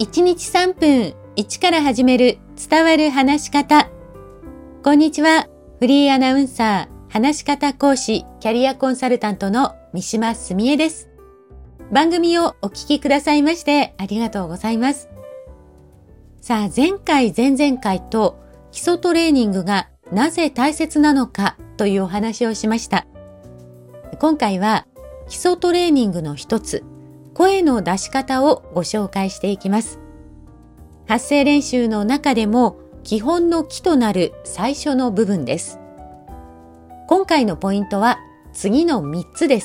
1日3分1から始める伝わる話し方。こんにちは。フリーアナウンサー、話し方講師、キャリアコンサルタントの三島澄江です。番組をお聞きくださいましてありがとうございます。さあ、前回前々回と基礎トレーニングがなぜ大切なのかというお話をしました。今回は基礎トレーニングの一つ、声の出し方をご紹介していきます。発声練習の中でも基本の基となる最初の部分です。今回のポイントは次の3つです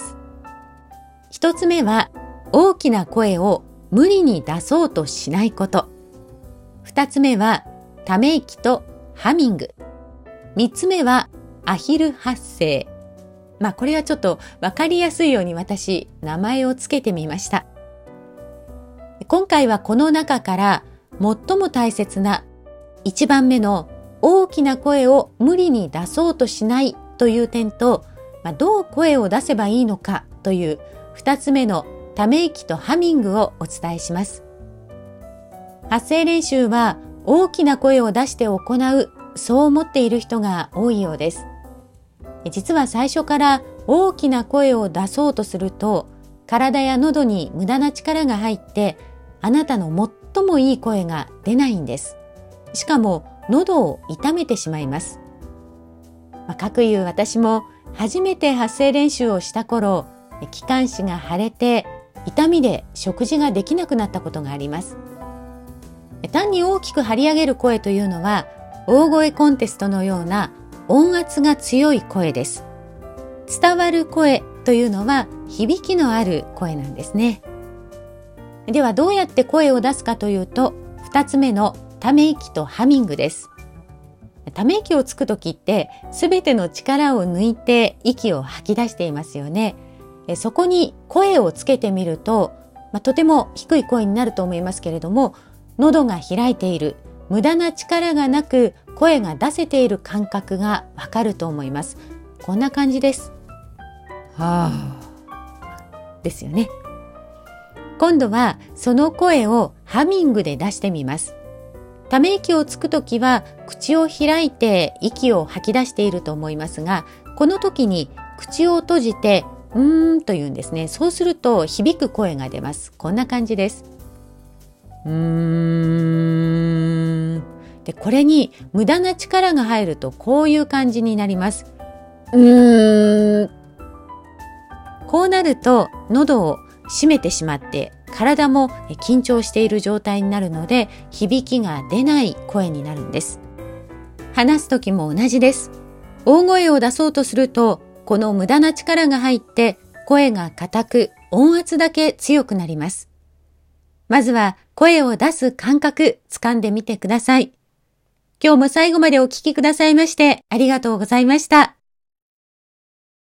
。1つ目は大きな声を無理に出そうとしないこと。2つ目はため息とハミング。3つ目はアヒル発声。これはちょっとわかりやすいように私、名前をつけてみました。今回はこの中から最も大切な1番目の大きな声を無理に出そうとしないという点と、どう声を出せばいいのかという2つ目のため息とハミングをお伝えします。発声練習は大きな声を出して行う、そう思っている人が多いようです。実は最初から大きな声を出そうとすると、体や喉に無駄な力が入って、あなたの最もいい声が出ないんです。しかも喉を痛めてしまいます。かくいう私も初めて発声練習をした頃、気管支が腫れて痛みで食事ができなくなったことがあります。単に大きく張り上げる声というのは、大声コンテストのような音圧が強い声です。伝わる声というのは響きのある声なんですね。ではどうやって声を出すかというと、2つ目のため息とハミングです。ため息をつくときって全ての力を抜いて息を吐き出していますよね。そこに声をつけてみると、とても低い声になると思いますけれども、喉が開いている、無駄な力がなく声が出せている感覚がわかると思います。こんな感じです。ですよね。今度はその声をハミングで出してみます。ため息をつくときは口を開いて息を吐き出していると思いますが、この時に口を閉じてというんですね。そうすると響く声が出ます。こんな感じです。で、これに無駄な力が入るとこういう感じになります。こうなると喉を締めてしまって体も緊張している状態になるので、響きが出ない声になるんです。話す時も同じです。大声を出そうとするとこの無駄な力が入って声が硬く、音圧だけ強くなります。まずは声を出す感覚掴んでみてください。今日も最後までお聞きくださいましてありがとうございました。